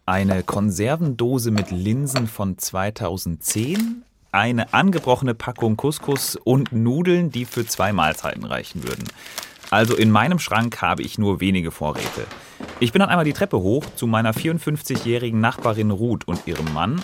Eine Konservendose mit Linsen von 2010, eine angebrochene Packung Couscous und Nudeln, die für 2 Mahlzeiten reichen würden. Also in meinem Schrank habe ich nur wenige Vorräte. Ich bin dann einmal die Treppe hoch zu meiner 54-jährigen Nachbarin Ruth und ihrem Mann.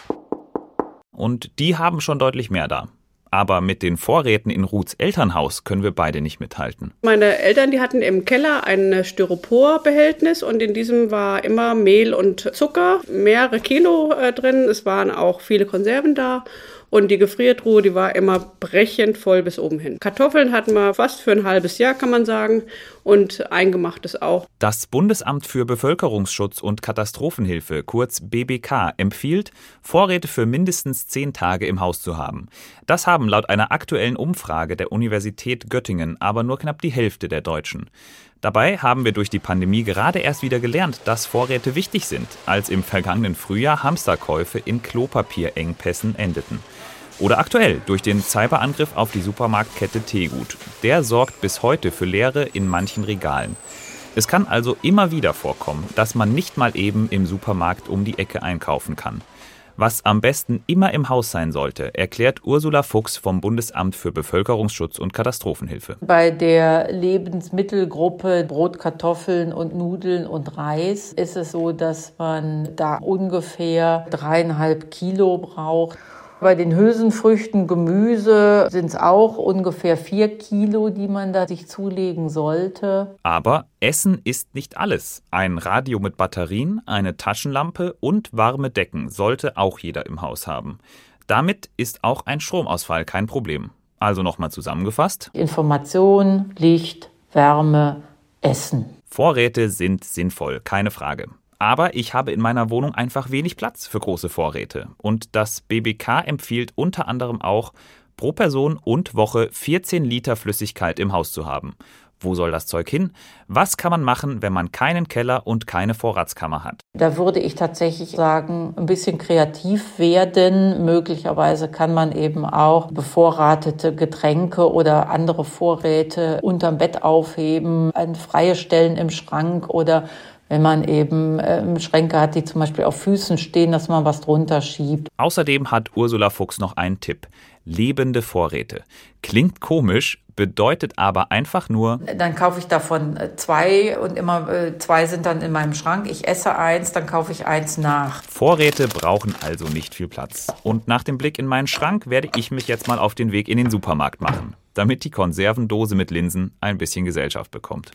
Und die haben schon deutlich mehr da. Aber mit den Vorräten in Ruths Elternhaus können wir beide nicht mithalten. Meine Eltern, die hatten im Keller ein Styroporbehältnis und in diesem war immer Mehl und Zucker, mehrere Kilo drin. Es waren auch viele Konserven da. Und die Gefriertruhe, die war immer brechend voll bis oben hin. Kartoffeln hatten wir fast für ein halbes Jahr, kann man sagen. Und Eingemachtes auch. Das Bundesamt für Bevölkerungsschutz und Katastrophenhilfe, kurz BBK, empfiehlt, Vorräte für mindestens 10 Tage im Haus zu haben. Das haben laut einer aktuellen Umfrage der Universität Göttingen aber nur knapp die Hälfte der Deutschen. Dabei haben wir durch die Pandemie gerade erst wieder gelernt, dass Vorräte wichtig sind, als im vergangenen Frühjahr Hamsterkäufe in Klopapierengpässen endeten. Oder aktuell durch den Cyberangriff auf die Supermarktkette Tegut. Der sorgt bis heute für Leere in manchen Regalen. Es kann also immer wieder vorkommen, dass man nicht mal eben im Supermarkt um die Ecke einkaufen kann. Was am besten immer im Haus sein sollte, erklärt Ursula Fuchs vom Bundesamt für Bevölkerungsschutz und Katastrophenhilfe. Bei der Lebensmittelgruppe Brot, Kartoffeln und Nudeln und Reis ist es so, dass man da ungefähr 3,5 Kilo braucht. Bei den Hülsenfrüchten, Gemüse sind es auch ungefähr 4 Kilo, die man da sich zulegen sollte. Aber Essen ist nicht alles. Ein Radio mit Batterien, eine Taschenlampe und warme Decken sollte auch jeder im Haus haben. Damit ist auch ein Stromausfall kein Problem. Also nochmal zusammengefasst: Information, Licht, Wärme, Essen. Vorräte sind sinnvoll, keine Frage. Aber ich habe in meiner Wohnung einfach wenig Platz für große Vorräte. Und das BBK empfiehlt unter anderem auch, pro Person und Woche 14 Liter Flüssigkeit im Haus zu haben. Wo soll das Zeug hin? Was kann man machen, wenn man keinen Keller und keine Vorratskammer hat? Da würde ich tatsächlich sagen, ein bisschen kreativ werden. Möglicherweise kann man eben auch bevorratete Getränke oder andere Vorräte unterm Bett aufheben, freie Stellen im Schrank oder wenn man eben Schränke hat, die zum Beispiel auf Füßen stehen, dass man was drunter schiebt. Außerdem hat Ursula Fuchs noch einen Tipp: lebende Vorräte. Klingt komisch, bedeutet aber einfach nur: Dann kaufe ich davon 2 und immer 2 sind dann in meinem Schrank. Ich esse 1, dann kaufe ich 1 nach. Vorräte brauchen also nicht viel Platz. Und nach dem Blick in meinen Schrank werde ich mich jetzt mal auf den Weg in den Supermarkt machen, damit die Konservendose mit Linsen ein bisschen Gesellschaft bekommt.